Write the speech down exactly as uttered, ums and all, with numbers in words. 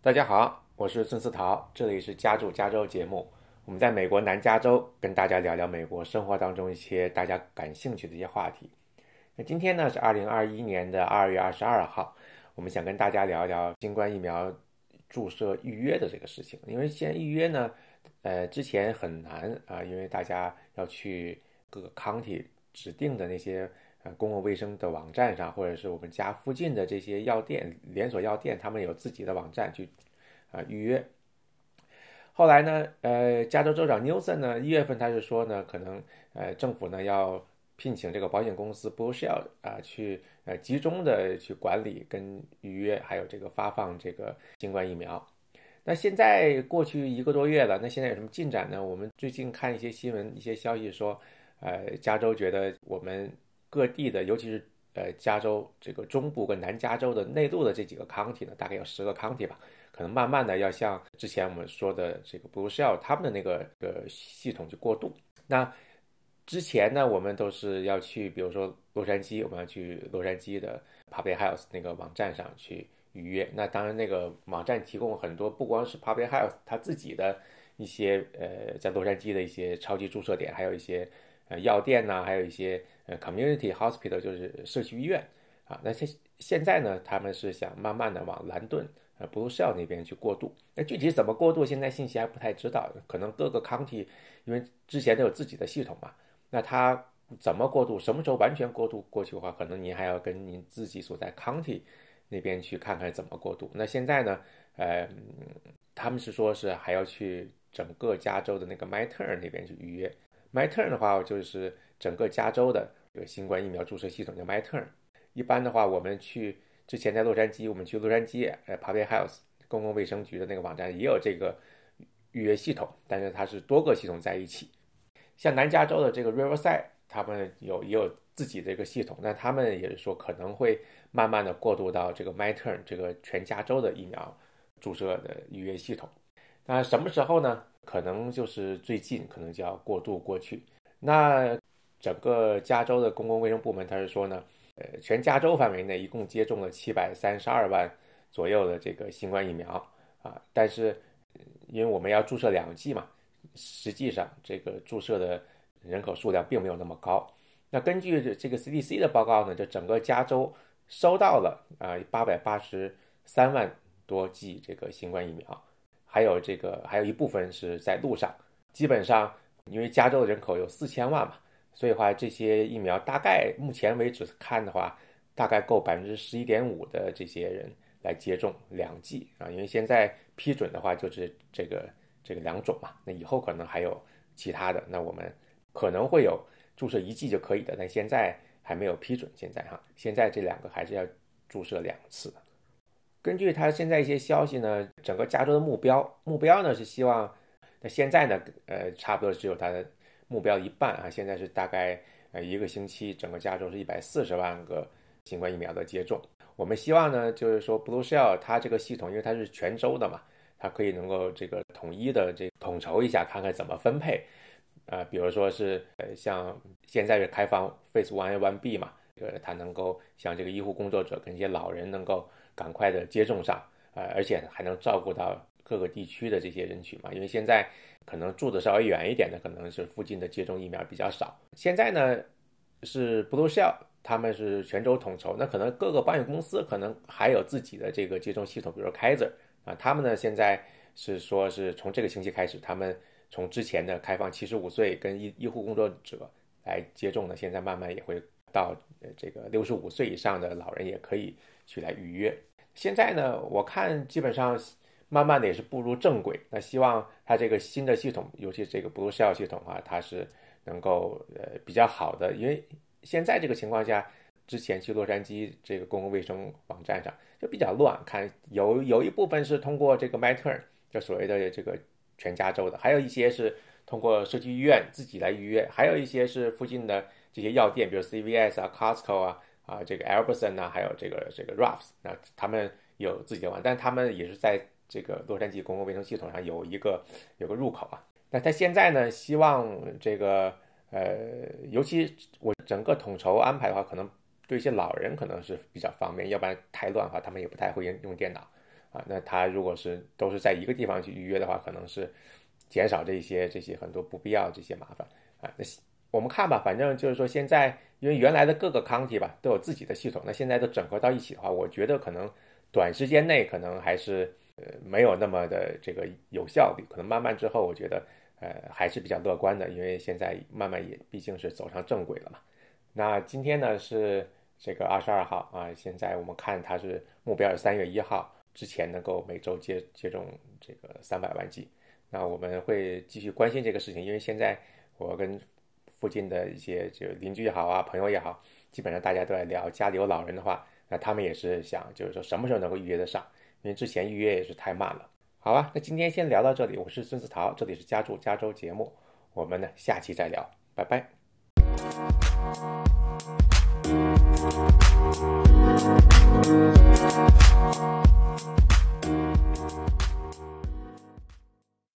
大家好，我是孙思桃，这里是家住加州节目。我们在美国南加州跟大家聊聊美国生活当中一些大家感兴趣的一些话题。那今天呢是二零二一年的二月二十二号，我们想跟大家聊聊新冠疫苗注射预约的这个事情。因为现在预约呢，呃，之前很难啊，因为大家要去各个 county 指定的那些呃公共卫生的网站上，或者是我们家附近的这些药店连锁药店，他们有自己的网站去啊、呃预约。后来呢，呃，加州州长 Newsom 呢，一月份他是说呢，可能呃政府呢要聘请这个保险公司 Blue Shield 啊、呃，去呃集中的去管理跟预约，还有这个发放这个新冠疫苗。那现在过去一个多月了，那现在有什么进展呢？我们最近看一些新闻、一些消息说，呃，加州觉得我们各地的，尤其是呃加州这个中部跟南加州的内陆的这几个 county 呢，大概有十个 county 吧，可能慢慢的要向之前我们说的这个 Blue Shell 他们的那个呃系统去过渡。那之前呢，我们都是要去，比如说洛杉矶，我们要去洛杉矶的 Public Health 那个网站上去预约。那当然，那个网站提供很多，不光是 Public Health 它自己的一些呃，在洛杉矶的一些超级注射点，还有一些呃药店呐、啊，还有一些呃 Community Hospital，就是社区医院啊。那现现在呢，他们是想慢慢的往蓝顿呃 Blue Shell 那边去过渡。那具体怎么过渡，现在信息还不太知道，可能各个 county 因为之前都有自己的系统嘛。那它怎么过渡？什么时候完全过渡过去的话，可能您还要跟您自己所在 county 那边去看看怎么过渡。那现在呢，呃，他们是说是还要去整个加州的那个 MyTurn 那边去预约。MyTurn 的话，就是整个加州的这个新冠疫苗注射系统叫 MyTurn。一般的话，我们去之前在洛杉矶，我们去洛杉矶呃 Public Health 公共卫生局的那个网站也有这个预约系统，但是它是多个系统在一起。像南加州的这个 Riverside， 他们有也有自己的一个系统，那他们也是说可能会慢慢的过渡到这个 MyTurn 这个全加州的疫苗注射的预约系统。那什么时候呢？可能就是最近，可能就要过渡过去。那整个加州的公共卫生部门，他是说呢，呃，全加州范围内一共接种了七百三十二万左右的这个新冠疫苗啊，但是因为我们要注射两剂嘛，实际上这个注射的人口数量并没有那么高。那根据这个 C D C 的报告呢，就整个加州收到了啊八百八十三万多剂这个新冠疫苗，还有这个还有一部分是在路上。基本上因为加州的人口有四千万嘛，所以话这些疫苗大概目前为止看的话，大概够百分之十一点五的这些人来接种两剂啊。因为现在批准的话就是这个这个两种嘛，那以后可能还有其他的，那我们可能会有注射一剂就可以的，但现在还没有批准。现在哈，现在这两个还是要注射两次。根据他现在一些消息呢，整个加州的目标目标呢是希望，那现在呢，呃，差不多只有他的目标一半啊，现在是大概呃一个星期，整个加州是一百四十万个新冠疫苗的接种。我们希望呢，就是说 Blue Shell 它这个系统，因为它是全州的嘛，它可以能够这个统一的这统筹一下，看看怎么分配。呃，比如说是呃，像现在是开放 Phase One A One B 嘛，呃，它能够像这个医护工作者跟一些老人能够赶快的接种上，呃，而且还能照顾到各个地区的这些人群嘛。因为现在可能住的稍微远一点的，可能是附近的接种疫苗比较少。现在呢是 Blue Shell，他们是全州统筹，那可能各个保险公司可能还有自己的这个接种系统，比如说 Kaiser 啊，他们呢现在是说是从这个星期开始，他们从之前的开放七十五岁跟医医护工作者来接种呢，现在慢慢也会到这个六十五岁以上的老人也可以去来预约。现在呢，我看基本上慢慢的也是步入正轨。那希望它这个新的系统，尤其这个 Blue Shell 系统啊，它是能够呃比较好的，因为现在这个情况下，之前去洛杉矶这个公共卫生网站上就比较乱，看有有一部分是通过这个 MyTurn， 就所谓的这个全加州的，还有一些是通过社区医院自己来预约，还有一些是附近的这些药店，比如 C V S 啊、Costco 啊、啊这个 Albertson 啊，还有这个这个 Ralphs， 那他们有自己的网，但他们也是在这个洛杉矶公共卫生系统上有一个有个入口啊。那他现在呢，希望这个呃，尤其我整个统筹安排的话，可能对一些老人可能是比较方便，要不然太乱的话，他们也不太会用电脑啊。那他如果是都是在一个地方去预约的话，可能是减少这些这些很多不必要这些麻烦啊。那我们看吧，反正就是说现在因为原来的各个 county 吧都有自己的系统，那现在都整合到一起的话，我觉得可能短时间内可能还是呃没有那么的这个有效率，可能慢慢之后我觉得呃还是比较乐观的，因为现在慢慢也毕竟是走上正轨了嘛。那今天呢是这个二十二号啊，现在我们看它是目标是三月一号之前能够每周接接种这个三百万剂。那我们会继续关心这个事情，因为现在我跟附近的一些就邻居也好啊，朋友也好，基本上大家都在聊，家里有老人的话，那他们也是想就是说什么时候能够预约得上，因为之前预约也是太慢了。好啊，那今天先聊到这里，我是孙思桃，这里是家住加州节目，我们呢下期再聊，拜拜。Thank you.